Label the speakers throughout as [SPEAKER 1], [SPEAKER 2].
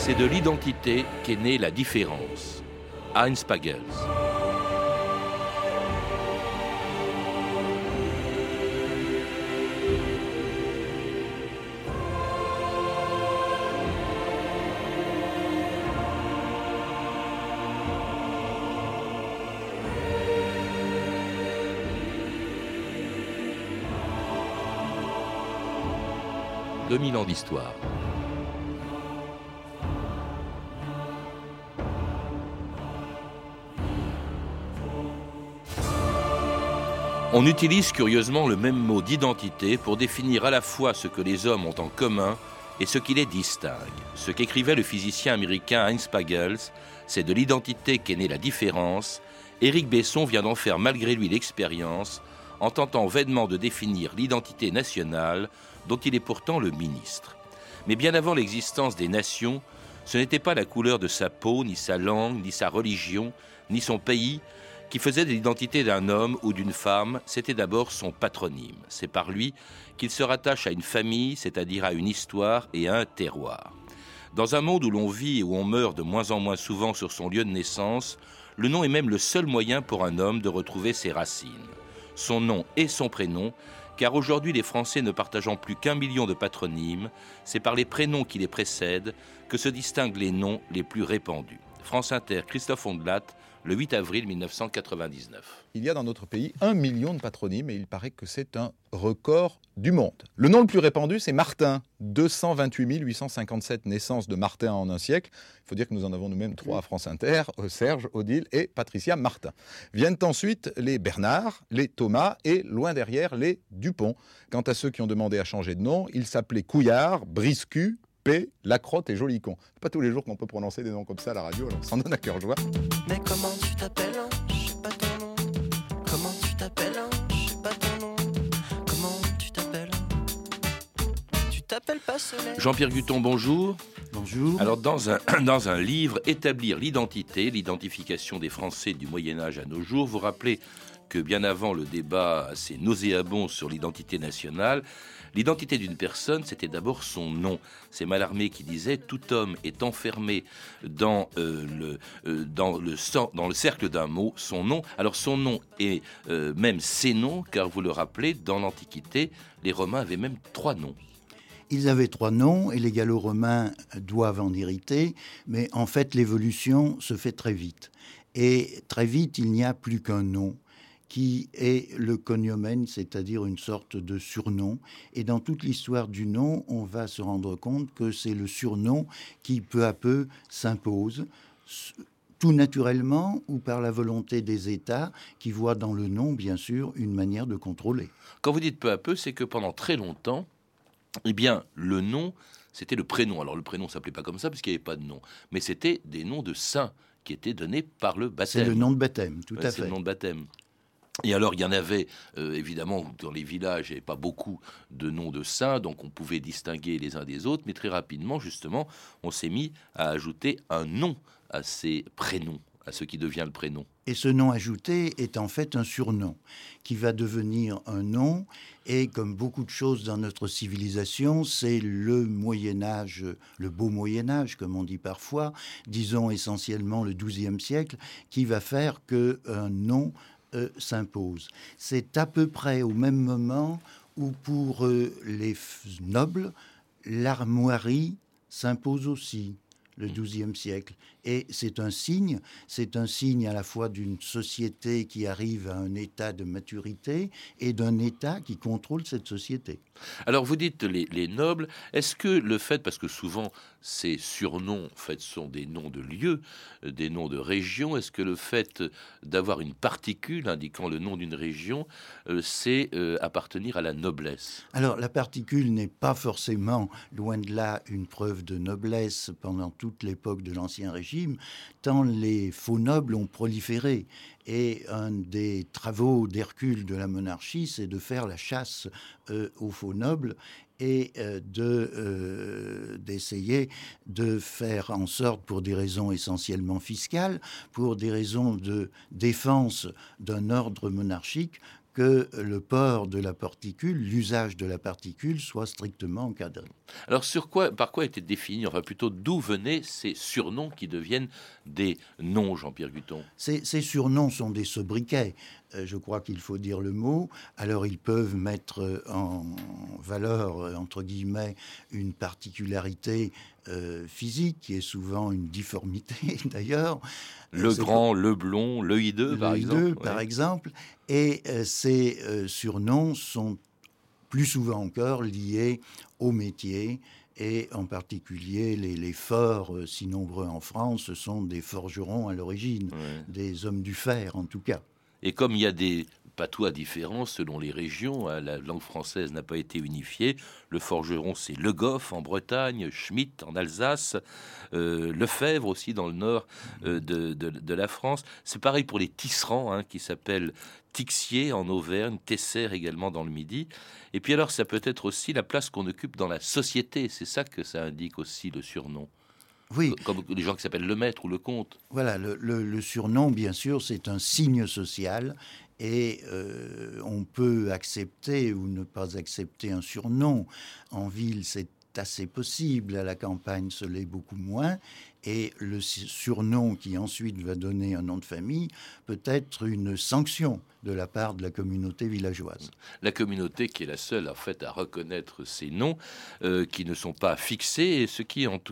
[SPEAKER 1] C'est de l'identité qu'est née la différence. Heinz Pagels. « 2000 ans d'histoire. On utilise curieusement le même mot d'identité pour définir à la fois ce que les hommes ont en commun et ce qui les distingue. Ce qu'écrivait le physicien américain Heinz Pagels, c'est de l'identité qu'est née la différence. Éric Besson vient d'en faire malgré lui l'expérience en tentant vainement de définir l'identité nationale dont il est pourtant le ministre. Mais bien avant l'existence des nations, ce n'était pas la couleur de sa peau, ni sa langue, ni sa religion, ni son pays qui faisait de l'identité d'un homme ou d'une femme, c'était d'abord son patronyme. C'est par lui qu'il se rattache à une famille, c'est-à-dire à une histoire et à un terroir. Dans un monde où l'on vit et où on meurt de moins en moins souvent sur son lieu de naissance, le nom est même le seul moyen pour un homme de retrouver ses racines. Son nom et son prénom, car aujourd'hui les Français ne partageant plus qu'1 million de patronymes, c'est par les prénoms qui les précèdent que se distinguent les noms les plus répandus. France Inter, Christophe Ondelat, le 8 avril 1999.
[SPEAKER 2] Il y a dans notre pays 1 million de patronymes et il paraît que c'est un record du monde. Le nom le plus répandu, c'est Martin. 228 857 naissances de Martin en un siècle. Il faut dire que nous en avons nous-mêmes 3 à France Inter, Serge, Odile et Patricia Martin. Viennent ensuite les Bernard, les Thomas et, loin derrière, les Dupont. Quant à ceux qui ont demandé à changer de nom, ils s'appelaient Couillard, Briscu, P, Lacrotte et Jolicon. C'est pas tous les jours qu'on peut prononcer des noms comme ça à la radio, alors on s'en donne à cœur joie.
[SPEAKER 3] Mais comment tu t'appelles, hein? Je sais pas ton nom. Comment tu t'appelles, hein? Je sais pas ton nom. Comment tu t'appelles? Tu t'appelles pas Soleil?
[SPEAKER 1] Jean-Pierre Guton, bonjour.
[SPEAKER 4] Bonjour.
[SPEAKER 1] Alors dans un livre, Établir l'identité, l'identification des Français du Moyen-Âge à nos jours, vous rappelez que bien avant le débat assez nauséabond sur l'identité nationale, l'identité d'une personne, c'était d'abord son nom. C'est Mallarmé qui disait « Tout homme est enfermé dans le cercle d'un mot, son nom ». Alors son nom et même ses noms, car vous le rappelez, dans l'Antiquité, les Romains avaient même 3 noms.
[SPEAKER 4] Ils avaient 3 noms et les Gallo-Romains doivent en hériter, mais en fait l'évolution se fait très vite. Et très vite, il n'y a plus qu'un nom, qui est le cognomen, c'est-à-dire une sorte de surnom. Et dans toute l'histoire du nom, on va se rendre compte que c'est le surnom qui, peu à peu, s'impose, tout naturellement ou par la volonté des États qui voient dans le nom, bien sûr, une manière de contrôler.
[SPEAKER 1] Quand vous dites peu à peu, c'est que pendant très longtemps, eh bien, le nom, c'était le prénom. Alors le prénom ne s'appelait pas comme ça parce qu'il n'y avait pas de nom, mais c'était des noms de saints qui étaient donnés par le baptême.
[SPEAKER 4] C'est le nom de baptême, tout à fait.
[SPEAKER 1] C'est le nom de baptême. Et alors, il y en avait, évidemment, dans les villages, il n'y avait pas beaucoup de noms de saints, donc on pouvait distinguer les uns des autres, mais très rapidement, justement, on s'est mis à ajouter un nom à ces prénoms, à ce qui devient le prénom.
[SPEAKER 4] Et ce nom ajouté est en fait un surnom qui va devenir un nom. Et comme beaucoup de choses dans notre civilisation, c'est le Moyen-Âge, le beau Moyen-Âge, comme on dit parfois, disons essentiellement le XIIe siècle, qui va faire qu'un nom s'impose. C'est à peu près au même moment où pour les nobles, l'armoirie s'impose aussi, le XIIe siècle. Et c'est un signe à la fois d'une société qui arrive à un état de maturité et d'un état qui contrôle cette société.
[SPEAKER 1] Alors vous dites les nobles, est-ce que le fait, parce que souvent ces surnoms en fait sont des noms de lieux, des noms de régions, est-ce que le fait d'avoir une particule indiquant le nom d'une région, c'est appartenir à la noblesse?
[SPEAKER 4] Alors la particule n'est pas forcément, loin de là, une preuve de noblesse pendant toute l'époque de l'Ancien Régime, tant les faux nobles ont proliféré. Et un des travaux d'Hercule de la monarchie, c'est de faire la chasse aux faux nobles et d'essayer de faire en sorte, pour des raisons essentiellement fiscales, pour des raisons de défense d'un ordre monarchique, que le port de la particule, l'usage de la particule soit strictement encadré.
[SPEAKER 1] Alors par quoi étaient définis, enfin plutôt d'où venaient ces surnoms qui deviennent des noms, Jean-Pierre Guton?
[SPEAKER 4] Ces surnoms sont des sobriquets, je crois qu'il faut dire le mot. Alors ils peuvent mettre en valeur, entre guillemets, une particularité physique qui est souvent une difformité d'ailleurs.
[SPEAKER 1] Le grand, le blond, le hideux, par exemple.
[SPEAKER 4] Par exemple. Et ces surnoms sont plus souvent encore liés au métier. Et en particulier, les forts, si nombreux en France, ce sont des forgerons à l'origine, des hommes du fer en tout cas.
[SPEAKER 1] Et comme il y a des patois différents selon les régions, la langue française n'a pas été unifiée. Le forgeron, c'est Le Goff en Bretagne, Schmitt en Alsace, Lefebvre aussi dans le nord de la France. C'est pareil pour les tisserands, qui s'appellent Tixier en Auvergne, Tesser également dans le Midi. Et puis alors, ça peut être aussi la place qu'on occupe dans la société. C'est ça que ça indique aussi, le surnom.
[SPEAKER 4] Oui.
[SPEAKER 1] Comme les gens qui s'appellent le maître ou le comte.
[SPEAKER 4] Voilà, le surnom, bien sûr, c'est un signe social et on peut accepter ou ne pas accepter un surnom. En ville, c'est assez possible, à la campagne, ce l'est beaucoup moins. Et le surnom qui ensuite va donner un nom de famille peut être une sanction de la part de la communauté villageoise.
[SPEAKER 1] La communauté qui est la seule en fait à reconnaître ces noms qui ne sont pas fixés, et ce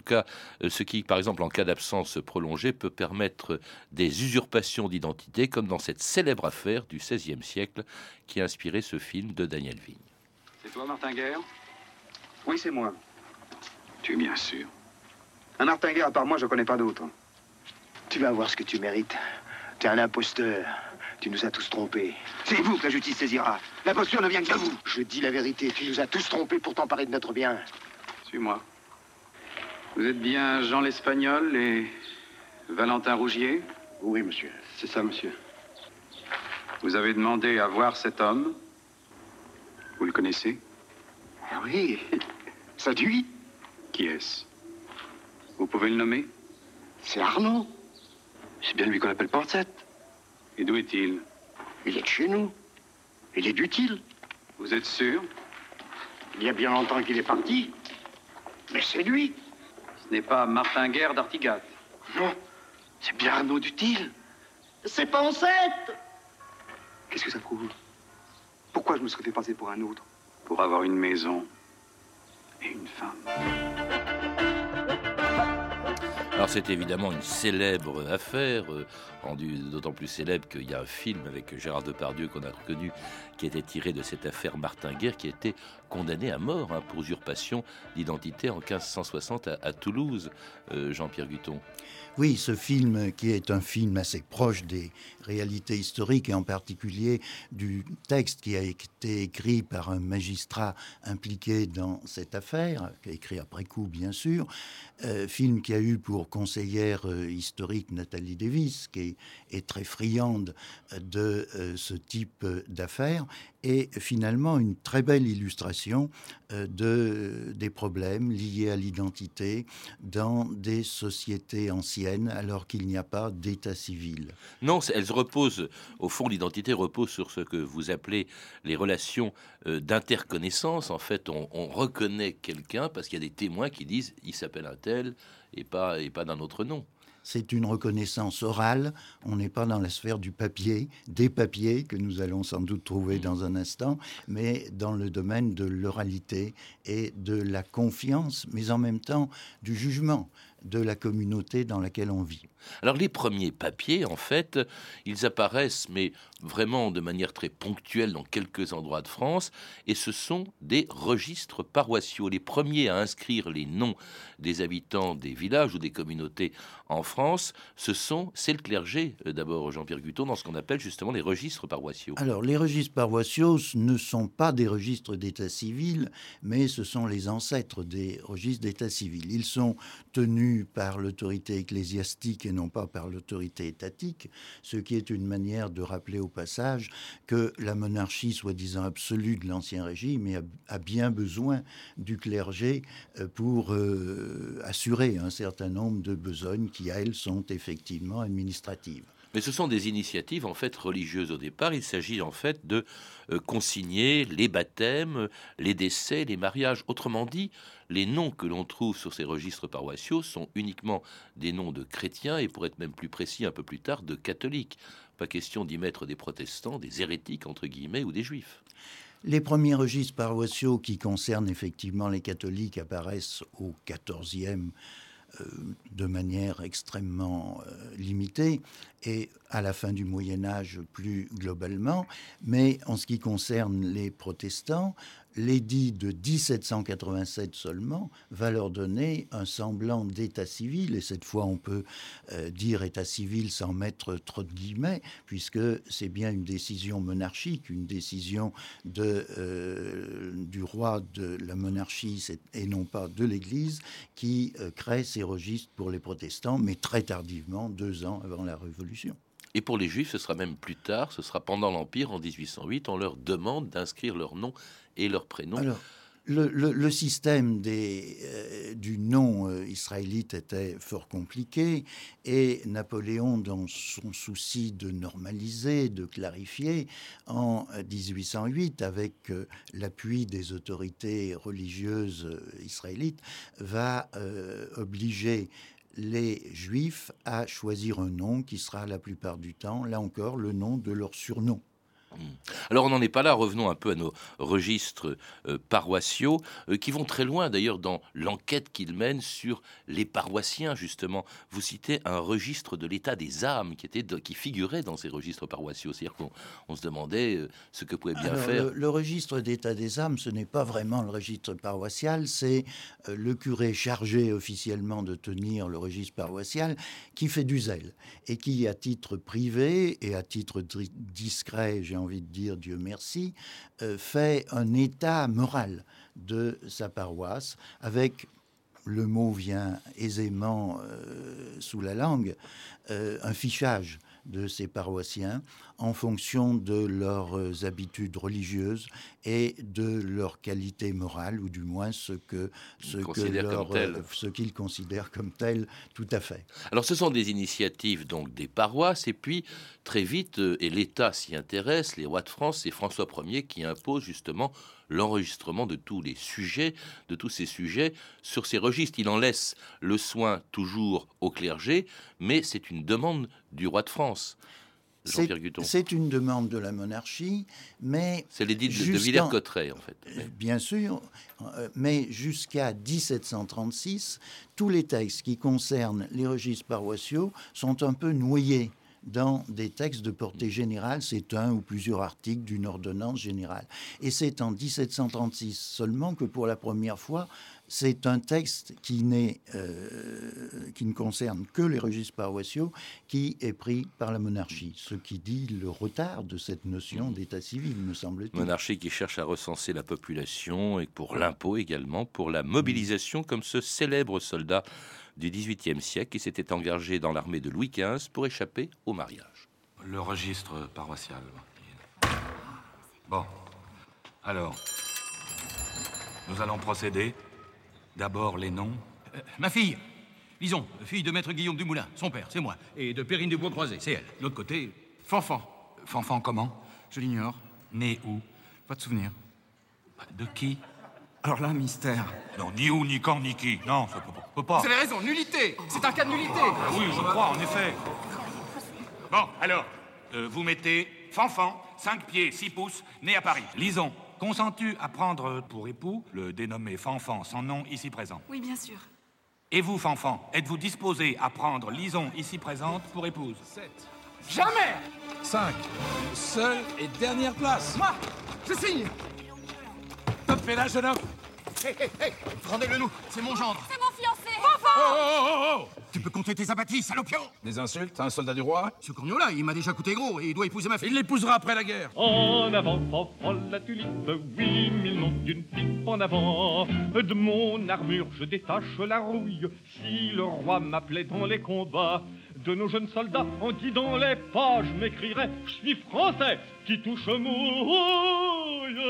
[SPEAKER 1] qui par exemple en cas d'absence prolongée peut permettre des usurpations d'identité, comme dans cette célèbre affaire du XVIe siècle qui a inspiré ce film de Daniel Vigne.
[SPEAKER 5] C'est toi, Martin Guerre?
[SPEAKER 6] Oui, c'est moi.
[SPEAKER 5] Tu es bien sûr?
[SPEAKER 6] Un Martin Guerre, à part moi, je connais pas d'autre.
[SPEAKER 7] Tu vas voir ce que tu mérites. T'es un imposteur. Tu nous as tous trompés.
[SPEAKER 6] C'est vous que la justice saisira. L'imposture ne vient que de vous.
[SPEAKER 7] Je dis la vérité. Tu nous as tous trompés pour t'emparer de notre bien.
[SPEAKER 5] Suis-moi. Vous êtes bien Jean l'Espagnol et Valentin Rougier?
[SPEAKER 7] Oui, monsieur.
[SPEAKER 5] C'est ça, monsieur. Vous avez demandé à voir cet homme. Vous le connaissez?
[SPEAKER 6] Ah oui. Ça lui?
[SPEAKER 5] Qui est-ce? Vous pouvez le nommer?
[SPEAKER 6] C'est Arnaud. C'est bien lui qu'on appelle Pancette.
[SPEAKER 5] Et d'où est-il?
[SPEAKER 6] Il est de chez nous. Il est d'utile.
[SPEAKER 5] Vous êtes sûr?
[SPEAKER 6] Il y a bien longtemps qu'il est parti. Mais c'est lui.
[SPEAKER 5] Ce n'est pas Martin Guerre d'Artigat.
[SPEAKER 6] Non, c'est bien Arnaud d'utile. C'est Pancette. Qu'est-ce que ça prouve? Pourquoi je me serais fait passer pour un autre?
[SPEAKER 5] Pour avoir une maison et une femme.
[SPEAKER 1] Alors c'est évidemment une célèbre affaire, rendue d'autant plus célèbre qu'il y a un film avec Gérard Depardieu qu'on a reconnu, qui était tiré de cette affaire Martin Guerre, qui a été condamné à mort pour usurpation d'identité en 1560 à Toulouse, Jean-Pierre Guton.
[SPEAKER 4] Oui, ce film qui est un film assez proche des réalités historiques et en particulier du texte qui a été écrit par un magistrat impliqué dans cette affaire, qui a écrit après coup bien sûr, film qui a eu pour conseillère historique Nathalie Davis, qui est très friande de ce type d'affaires, et finalement une très belle illustration des problèmes liés à l'identité dans des sociétés anciennes alors qu'il n'y a pas d'état civil.
[SPEAKER 1] Non, elles reposent, au fond, l'identité repose sur ce que vous appelez les relations d'interconnaissance. En fait, on reconnaît quelqu'un parce qu'il y a des témoins qui disent il s'appelle un tel et pas d'un autre nom.
[SPEAKER 4] C'est une reconnaissance orale, on n'est pas dans la sphère du papier, des papiers que nous allons sans doute trouver dans un instant, mais dans le domaine de l'oralité et de la confiance, mais en même temps du jugement de la communauté dans laquelle on vit.
[SPEAKER 1] Alors les premiers papiers, en fait, ils apparaissent, mais vraiment de manière très ponctuelle dans quelques endroits de France, et ce sont des registres paroissiaux. Les premiers à inscrire les noms des habitants des villages ou des communautés en France, c'est le clergé, d'abord Jean-Pierre Guton, dans ce qu'on appelle justement les registres paroissiaux.
[SPEAKER 4] Alors les registres paroissiaux ne sont pas des registres d'état civil, mais ce sont les ancêtres des registres d'état civil. Ils sont tenus par l'autorité ecclésiastique et non pas par l'autorité étatique, ce qui est une manière de rappeler au passage que la monarchie soi-disant absolue de l'Ancien Régime a bien besoin du clergé pour assurer un certain nombre de besognes qui, elles, sont effectivement administratives.
[SPEAKER 1] Mais ce sont des initiatives en fait religieuses au départ. Il s'agit en fait de consigner les baptêmes, les décès, les mariages. Autrement dit, les noms que l'on trouve sur ces registres paroissiaux sont uniquement des noms de chrétiens et, pour être même plus précis un peu plus tard, de catholiques. Pas question d'y mettre des protestants, des hérétiques entre guillemets ou des juifs.
[SPEAKER 4] Les premiers registres paroissiaux qui concernent effectivement les catholiques apparaissent au XIVe de manière extrêmement limitée et à la fin du Moyen-Âge plus globalement. Mais en ce qui concerne les protestants, l'édit de 1787 seulement va leur donner un semblant d'état civil, et cette fois on peut dire état civil sans mettre trop de guillemets, puisque c'est bien une décision monarchique, une décision du roi de la monarchie et non pas de l'Église qui crée ces registres pour les protestants, mais très tardivement, 2 ans avant la Révolution.
[SPEAKER 1] Et pour les juifs, ce sera même plus tard, ce sera pendant l'Empire, en 1808, on leur demande d'inscrire leur nom et leur prénom.
[SPEAKER 4] Alors, le système du nom israélite était fort compliqué et Napoléon, dans son souci de normaliser, de clarifier, en 1808, avec l'appui des autorités religieuses israélites, va obliger les Juifs à choisir un nom qui sera la plupart du temps, là encore, le nom de leur surnom.
[SPEAKER 1] Alors on n'en est pas là, revenons un peu à nos registres paroissiaux qui vont très loin d'ailleurs dans l'enquête qu'ils mènent sur les paroissiens justement. Vous citez un registre de l'état des âmes qui figurait dans ces registres paroissiaux, c'est-à-dire qu'on se demandait ce que pouvait bien faire.
[SPEAKER 4] Le registre d'état des âmes, ce n'est pas vraiment le registre paroissial, c'est le curé chargé officiellement de tenir le registre paroissial qui fait du zèle et qui, à titre privé et à titre discret, j'ai envie de dire Dieu merci, fait un état moral de sa paroisse avec, le mot vient aisément sous la langue, un fichage de ces paroissiens en fonction de leurs habitudes religieuses et de leur qualité morale, ou du moins ce qu'ils considèrent comme tel, tout à fait.
[SPEAKER 1] Alors ce sont des initiatives donc des paroisses, et puis très vite, et l'État s'y intéresse, les rois de France, c'est François Ier qui impose justement l'enregistrement de tous ces sujets sur ces registres. Il en laisse le soin toujours au clergé, mais c'est une demande du roi de France. Jean-Pierre Guton.
[SPEAKER 4] C'est une demande de la monarchie, mais...
[SPEAKER 1] C'est l'édit de Villers-Cotterêts, en fait.
[SPEAKER 4] Bien sûr, mais jusqu'à 1736, tous les textes qui concernent les registres paroissiaux sont un peu noyés dans des textes de portée générale. C'est un ou plusieurs articles d'une ordonnance générale. Et c'est en 1736 seulement que pour la première fois, c'est un texte qui ne concerne que les registres paroissiaux qui est pris par la monarchie. Ce qui dit le retard de cette notion d'état civil, me semble-t-il.
[SPEAKER 1] Monarchie qui cherche à recenser la population et pour l'impôt également, pour la mobilisation, comme ce célèbre soldat du XVIIIe siècle qui s'était engagé dans l'armée de Louis XV pour échapper au mariage.
[SPEAKER 8] Le registre paroissial. Bon, alors, nous allons procéder. D'abord les noms.
[SPEAKER 9] Ma fille, Lison, fille de maître Guillaume Dumoulin, son père, c'est moi. Et de Périne de Bois-Croisé, c'est elle. De l'autre côté, Fanfan.
[SPEAKER 8] Fanfan comment?
[SPEAKER 9] Je l'ignore.
[SPEAKER 8] Né où?
[SPEAKER 9] Pas de souvenir.
[SPEAKER 8] De qui?
[SPEAKER 9] Alors là, mystère.
[SPEAKER 8] Non, ni où, ni quand, ni qui. Non, ça peut pas.
[SPEAKER 9] Vous avez raison, nullité. C'est un cas de nullité.
[SPEAKER 8] Oui, je crois, en effet. Bon, alors, vous mettez Fanfan, 5 pieds, 6 pouces, né à Paris. Lison, consens-tu à prendre pour époux le dénommé Fanfan, sans nom ici présent?
[SPEAKER 10] Oui, bien sûr.
[SPEAKER 8] Et vous, Fanfan, êtes-vous disposé à prendre Lison ici présente pour épouse?
[SPEAKER 9] 7. Jamais!
[SPEAKER 11] 5. Seule et dernière place.
[SPEAKER 9] Moi, je signe.
[SPEAKER 11] Top fait là, jeune homme.
[SPEAKER 9] Hé, rendez-le nous, c'est mon gendre.
[SPEAKER 10] C'est mon fiancé.
[SPEAKER 11] Oh.
[SPEAKER 9] Tu peux compter tes abattis, salopio.
[SPEAKER 11] Des insultes à un soldat du roi?
[SPEAKER 9] Ce corneau-là, il m'a déjà coûté gros et il doit épouser ma fille.
[SPEAKER 11] Il l'épousera après la guerre.
[SPEAKER 12] En avant, Fanfan, la tulipe, 8000 noms d'une pipe en avant. De mon armure, je détache la rouille. Si le roi m'appelait dans les combats, de nos jeunes soldats, en guidant les pas, je m'écrirais, je suis français, qui touche mouille.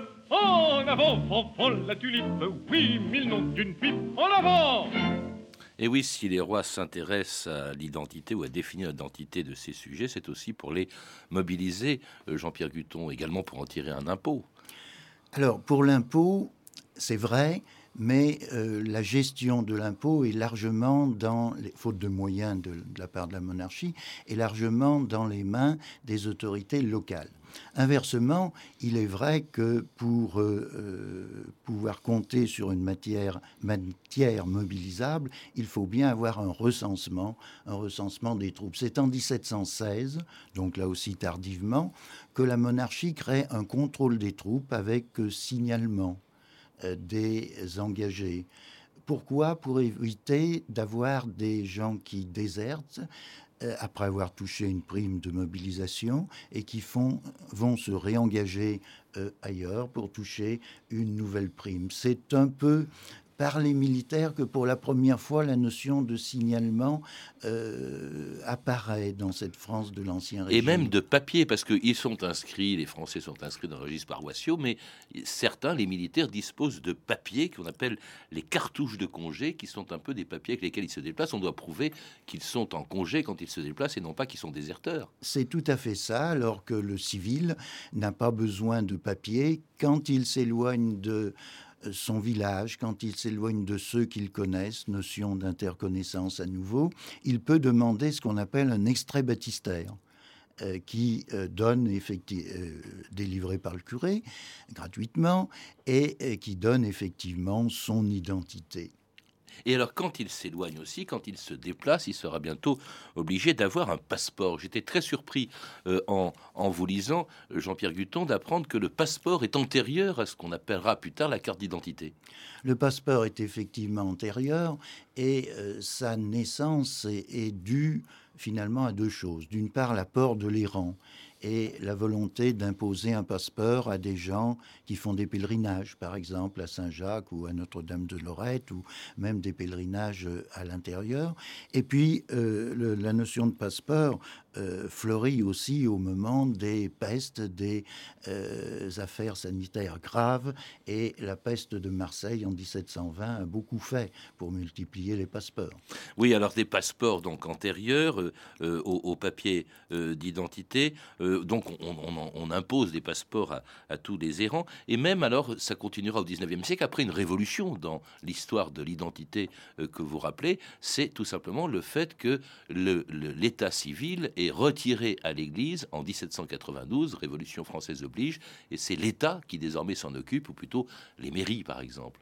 [SPEAKER 12] En avant, Fanfan, la tulipe, 8000 noms d'une pipe en avant.
[SPEAKER 1] Et oui, si les rois s'intéressent à l'identité ou à définir l'identité de ces sujets, c'est aussi pour les mobiliser, Jean-Pierre Guthon, également pour en tirer un impôt.
[SPEAKER 4] Alors, pour l'impôt, c'est vrai, mais la gestion de l'impôt est largement, faute de moyens de la part de la monarchie, est largement dans les mains des autorités locales. Inversement, il est vrai que pour pouvoir compter sur une matière mobilisable, il faut bien avoir un recensement des troupes. C'est en 1716, donc là aussi tardivement, que la monarchie crée un contrôle des troupes avec signalement des engagés. Pourquoi ? Pour éviter d'avoir des gens qui désertent après avoir touché une prime de mobilisation et qui vont se réengager ailleurs pour toucher une nouvelle prime. C'est un peu par les militaires que pour la première fois la notion de signalement apparaît dans cette France de l'Ancien Régime.
[SPEAKER 1] Et même de papier, parce qu'ils sont inscrits, les Français sont inscrits dans le registre paroissiaux, mais certains, les militaires, disposent de papiers qu'on appelle les cartouches de congé, qui sont un peu des papiers avec lesquels ils se déplacent. On doit prouver qu'ils sont en congé quand ils se déplacent et non pas qu'ils sont déserteurs.
[SPEAKER 4] C'est tout à fait ça, alors que le civil n'a pas besoin de papier quand il s'éloigne de son village, quand il s'éloigne de ceux qu'il connaisse, notion d'interconnaissance à nouveau, il peut demander ce qu'on appelle un extrait baptistère qui donne délivré par le curé gratuitement et qui donne effectivement son identité.
[SPEAKER 1] Et alors, quand il s'éloigne aussi, quand il se déplace, il sera bientôt obligé d'avoir un passeport. J'étais très surpris en vous lisant, Jean-Pierre Guthon, d'apprendre que le passeport est antérieur à ce qu'on appellera plus tard la carte d'identité.
[SPEAKER 4] Le passeport est effectivement antérieur et sa naissance est due finalement à deux choses. D'une part, l'apport de l'errant et la volonté d'imposer un passeport à des gens qui font des pèlerinages, par exemple à Saint-Jacques ou à Notre-Dame de Lorette, ou même des pèlerinages à l'intérieur. Et puis, la notion de passeport fleurit aussi au moment des pestes, des affaires sanitaires graves, et la peste de Marseille en 1720 a beaucoup fait pour multiplier les passeports.
[SPEAKER 1] Oui, alors des passeports donc antérieurs au papier d'identité, donc on impose des passeports à tous les errants, et même alors ça continuera au 19e siècle, après une révolution dans l'histoire de l'identité que vous rappelez, c'est tout simplement le fait que l'état civil est retiré à l'Église en 1792, Révolution française oblige, et c'est l'État qui désormais s'en occupe, ou plutôt les mairies par exemple.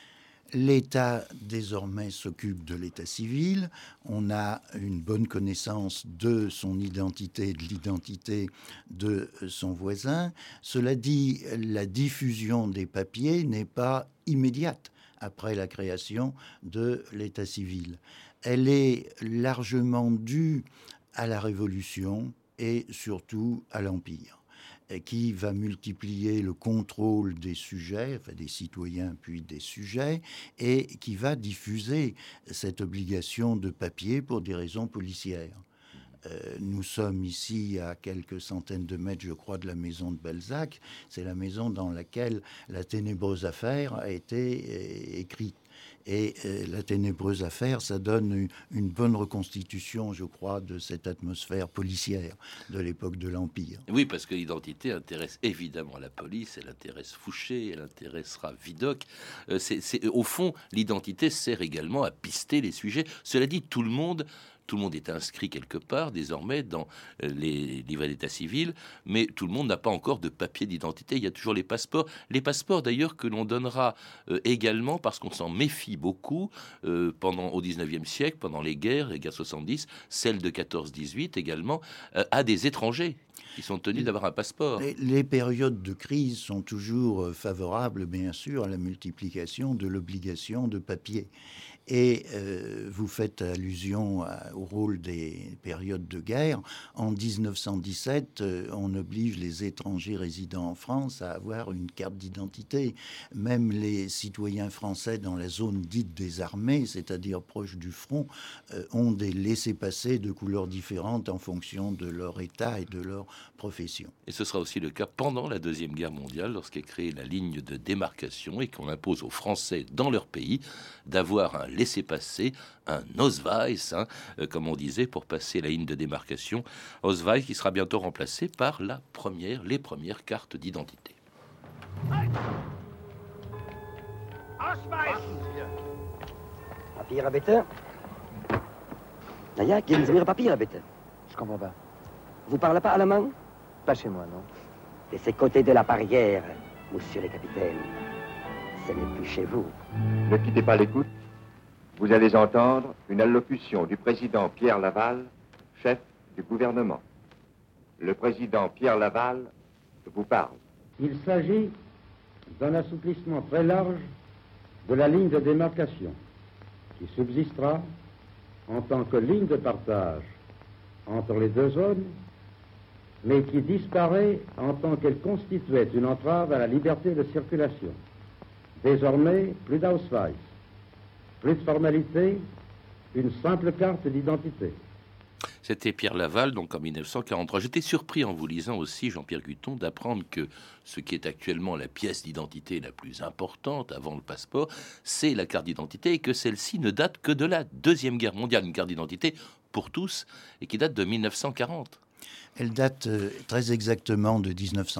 [SPEAKER 4] L'État, désormais, s'occupe de l'état civil. On a une bonne connaissance de son identité, de l'identité de son voisin. Cela dit, la diffusion des papiers n'est pas immédiate après la création de l'état civil. Elle est largement due à la Révolution et surtout à l'Empire, qui va multiplier le contrôle des sujets, enfin des citoyens puis des sujets, et qui va diffuser cette obligation de papier pour des raisons policières. Nous sommes ici à quelques centaines de mètres, je crois, de la maison de Balzac. C'est la maison dans laquelle La ténébreuse affaire a été écrite. Et La ténébreuse affaire, ça donne une bonne reconstitution, je crois, de cette atmosphère policière de l'époque de l'Empire.
[SPEAKER 1] Oui, parce que l'identité intéresse évidemment la police, elle intéresse Fouché, elle intéressera Vidocq. Au fond, l'identité sert également à pister les sujets. Cela dit, tout le monde est inscrit quelque part désormais dans les livrets d'état civil, mais tout le monde n'a pas encore de papier d'identité. Il y a toujours les passeports. Les passeports d'ailleurs que l'on donnera également, parce qu'on s'en méfie beaucoup au 19e siècle, pendant les guerres 70, celle de 14-18 également, à des étrangers qui sont tenus d'avoir un passeport.
[SPEAKER 4] Les périodes de crise sont toujours favorables, bien sûr, à la multiplication de l'obligation de papier. Et vous faites allusion au rôle des périodes de guerre. En 1917, on oblige les étrangers résidant en France à avoir une carte d'identité. Même les citoyens français dans la zone dite des armées, c'est-à-dire proche du front, ont des laissez-passer de couleurs différentes en fonction de leur état et de leur profession.
[SPEAKER 1] Et ce sera aussi le cas pendant la Deuxième Guerre mondiale, lorsqu'est créée la ligne de démarcation et qu'on impose aux Français dans leur pays d'avoir un laissez-passer, un Ausweis, comme on disait, pour passer la ligne de démarcation. Ausweis qui sera bientôt remplacé par les premières cartes d'identité.
[SPEAKER 10] Papiere bitte. Naja, geben Sie mir Ihre Papiere bitte.
[SPEAKER 7] Je comprends pas.
[SPEAKER 10] Vous parlez pas allemand?
[SPEAKER 7] Pas chez moi, non.
[SPEAKER 10] De ce côté de la barrière, monsieur le capitaine. Ce n'est plus chez vous.
[SPEAKER 13] Ne quittez pas l'écoute. Vous allez entendre une allocution du président Pierre Laval, chef du gouvernement. Le président Pierre Laval vous parle.
[SPEAKER 14] Il s'agit d'un assouplissement très large de la ligne de démarcation qui subsistera en tant que ligne de partage entre les deux zones, mais qui disparaît en tant qu'elle constituait une entrave à la liberté de circulation. Désormais, plus d'Ausweis, plus de formalité, une simple carte d'identité.
[SPEAKER 1] C'était Pierre Laval, donc en 1943. J'étais surpris en vous lisant aussi, Jean-Pierre Guthon, d'apprendre que ce qui est actuellement la pièce d'identité la plus importante avant le passeport, c'est la carte d'identité et que celle-ci ne date que de la Deuxième Guerre mondiale. Une carte d'identité pour tous et qui date de 1940.
[SPEAKER 4] Elle date très exactement de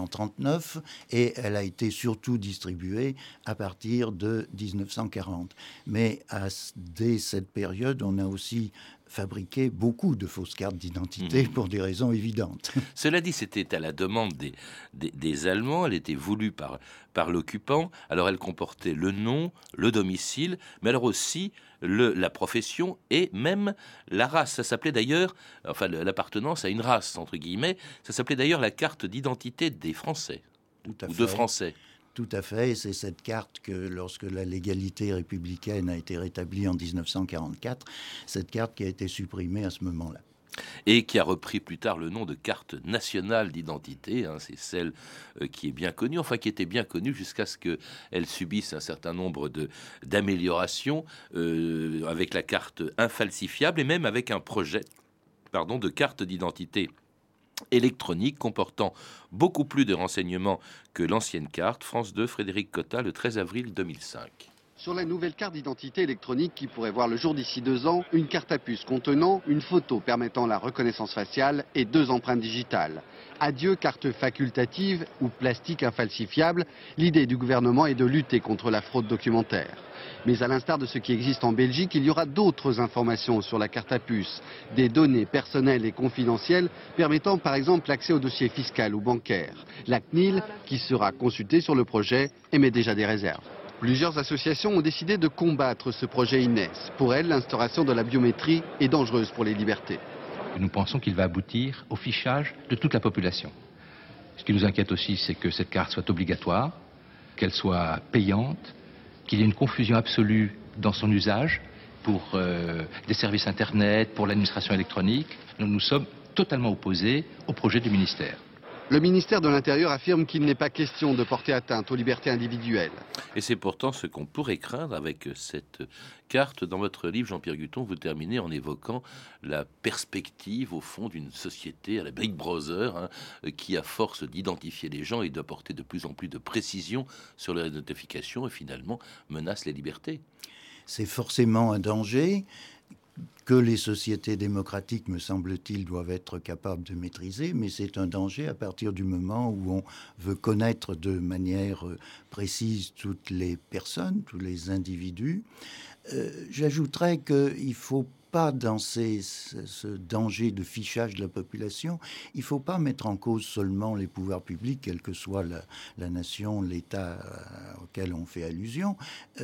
[SPEAKER 4] 1939 et elle a été surtout distribuée à partir de 1940. Mais dès cette période, on a aussi fabriqué beaucoup de fausses cartes d'identité pour des raisons évidentes.
[SPEAKER 1] Cela dit, c'était à la demande des Allemands, elle était voulue par l'occupant, alors elle comportait le nom, le domicile, mais alors aussi la profession et même la race. Ça s'appelait d'ailleurs, enfin l'appartenance à une race, entre guillemets, ça s'appelait d'ailleurs la carte d'identité des Français, ou de Français.
[SPEAKER 4] Tout à fait, et c'est cette carte que, lorsque la légalité républicaine a été rétablie en 1944, cette carte qui a été supprimée à ce moment-là.
[SPEAKER 1] Et qui a repris plus tard le nom de carte nationale d'identité, c'est celle qui est bien connue, enfin qui était bien connue jusqu'à ce qu'elle subisse un certain nombre d'améliorations avec la carte infalsifiable et même avec un projet de carte d'identité électronique comportant beaucoup plus de renseignements que l'ancienne carte. France 2, Frédéric Cotta, le 13 avril 2005.
[SPEAKER 15] Sur la nouvelle carte d'identité électronique qui pourrait voir le jour d'ici 2 ans, une carte à puce contenant une photo permettant la reconnaissance faciale et 2 empreintes digitales. Adieu carte facultative ou plastique infalsifiable, l'idée du gouvernement est de lutter contre la fraude documentaire. Mais à l'instar de ce qui existe en Belgique, il y aura d'autres informations sur la carte à puce, des données personnelles et confidentielles permettant par exemple l'accès au dossier fiscal ou bancaire. La CNIL, qui sera consultée sur le projet, émet déjà des réserves. Plusieurs associations ont décidé de combattre ce projet INES. Pour elles, l'instauration de la biométrie est dangereuse pour les libertés.
[SPEAKER 16] Nous pensons qu'il va aboutir au fichage de toute la population. Ce qui nous inquiète aussi, c'est que cette carte soit obligatoire, qu'elle soit payante, qu'il y ait une confusion absolue dans son usage pour des services Internet, pour l'administration électronique. Nous sommes totalement opposés au projet du ministère.
[SPEAKER 15] Le ministère de l'Intérieur affirme qu'il n'est pas question de porter atteinte aux libertés individuelles.
[SPEAKER 1] Et c'est pourtant ce qu'on pourrait craindre avec cette carte. Dans votre livre, Jean-Pierre Guthon, vous terminez en évoquant la perspective, au fond, d'une société à la Big Brother, qui, à force d'identifier les gens et d'apporter de plus en plus de précision sur leur identification, et finalement menace les libertés.
[SPEAKER 4] C'est forcément un danger que les sociétés démocratiques, me semble-t-il, doivent être capables de maîtriser, mais c'est un danger à partir du moment où on veut connaître de manière précise toutes les personnes, tous les individus. J'ajouterais qu'il ne faut pas, dans ce danger de fichage de la population, il ne faut pas mettre en cause seulement les pouvoirs publics, quelle que soit la nation, l'État auquel on fait allusion.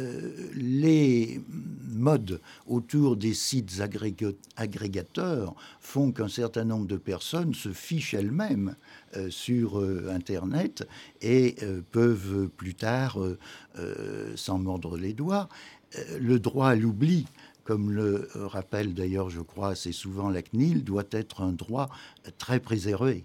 [SPEAKER 4] Les modes autour des sites agrégateurs font qu'un certain nombre de personnes se fichent elles-mêmes sur Internet et peuvent plus tard s'en mordre les doigts. Le droit à l'oubli, comme le rappelle d'ailleurs, je crois, assez souvent la CNIL, doit être un droit très préservé.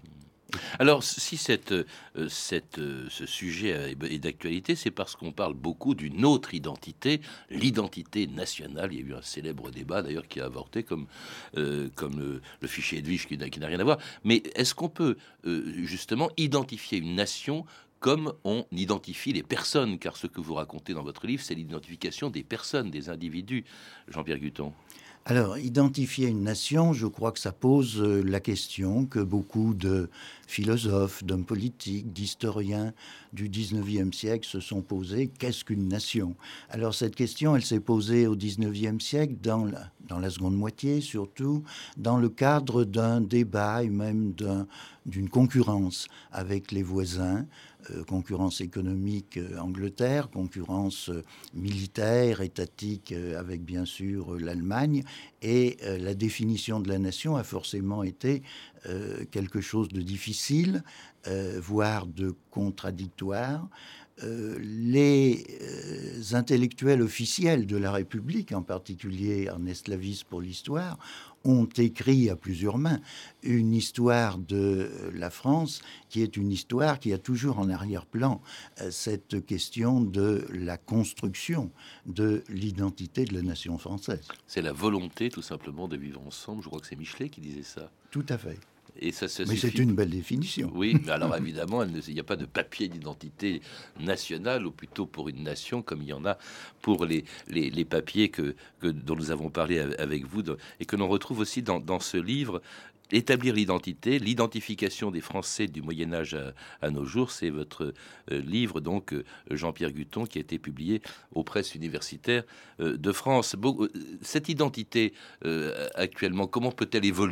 [SPEAKER 1] Alors, si ce sujet est d'actualité, c'est parce qu'on parle beaucoup d'une autre identité, l'identité nationale. Il y a eu un célèbre débat, d'ailleurs, qui a avorté, comme le fichier Edwige, qui n'a rien à voir. Mais est-ce qu'on peut, justement, identifier une nation comme on identifie les personnes? Car ce que vous racontez dans votre livre, c'est l'identification des personnes, des individus. Jean-Pierre Guthon.
[SPEAKER 4] Alors, identifier une nation, je crois que ça pose la question que beaucoup de philosophes, d'hommes politiques, d'historiens du 19e siècle se sont posés. Qu'est-ce qu'une nation? Alors, cette question, elle s'est posée au 19e siècle, dans la seconde moitié surtout, dans le cadre d'un débat et même d'une concurrence avec les voisins, concurrence économique Angleterre, concurrence militaire, étatique avec bien sûr l'Allemagne, et la définition de la nation a forcément été quelque chose de difficile, voire de contradictoire. Les intellectuels officiels de la République, en particulier Ernest Lavis pour l'histoire, ont écrit à plusieurs mains une histoire de la France qui est une histoire qui a toujours en arrière-plan cette question de la construction de l'identité de la nation française.
[SPEAKER 1] C'est la volonté tout simplement de vivre ensemble. Je crois que c'est Michelet qui disait ça.
[SPEAKER 4] Tout à fait.
[SPEAKER 1] Et ça
[SPEAKER 4] mais c'est une belle définition.
[SPEAKER 1] Oui, mais alors évidemment, il n'y a pas de papier d'identité nationale, ou plutôt pour une nation, comme il y en a pour les papiers dont nous avons parlé avec vous, et que l'on retrouve aussi dans ce livre. Établir l'identité, l'identification des Français du Moyen-Âge à nos jours, c'est votre livre, donc, Jean-Pierre Guthon, qui a été publié aux presses universitaires de France. Cette identité, actuellement, comment peut-elle évoluer ?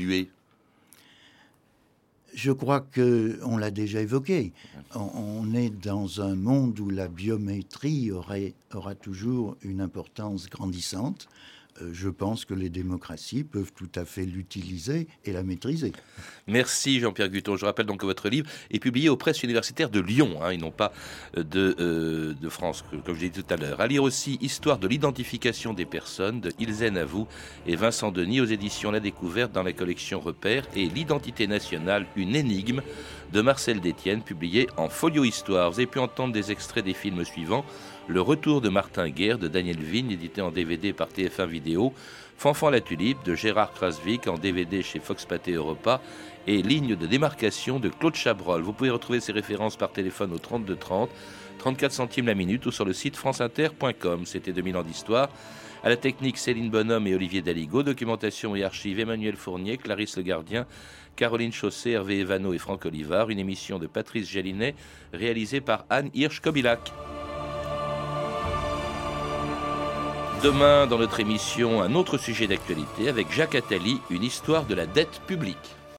[SPEAKER 4] Je crois qu'on l'a déjà évoqué. On est dans un monde où la biométrie aura toujours une importance grandissante. Je pense que les démocraties peuvent tout à fait l'utiliser et la maîtriser.
[SPEAKER 1] Merci Jean-Pierre Guthon. Je rappelle donc que votre livre est publié aux presses universitaires de Lyon, et non pas de France, comme je l'ai dit tout à l'heure. À lire aussi Histoire de l'identification des personnes de Ilzen Avou et Vincent Denis aux éditions La Découverte dans la collection Repères, et L'identité nationale, une énigme de Marcel Détienne, publié en Folio Histoire. Vous avez pu entendre des extraits des films suivants: Le retour de Martin Guerre de Daniel Vigne, édité en DVD par TF1 Vidéo, Fanfan la Tulipe de Gérard Krasvik en DVD chez Fox Pathé Europa, et Ligne de démarcation de Claude Chabrol. Vous pouvez retrouver ces références par téléphone au 32 30, 34 centimes la minute, ou sur le site franceinter.com. C'était 2000 ans d'histoire. À la technique, Céline Bonhomme et Olivier Daligo. Documentation et archives, Emmanuel Fournier, Clarisse Le Gardien, Caroline Chaussé, Hervé Evano et Franck Olivard. Une émission de Patrice Gélinet, réalisée par Anne Hirsch-Kobilac. Demain, dans notre émission, un autre sujet d'actualité avec Jacques Attali, une histoire de la dette publique.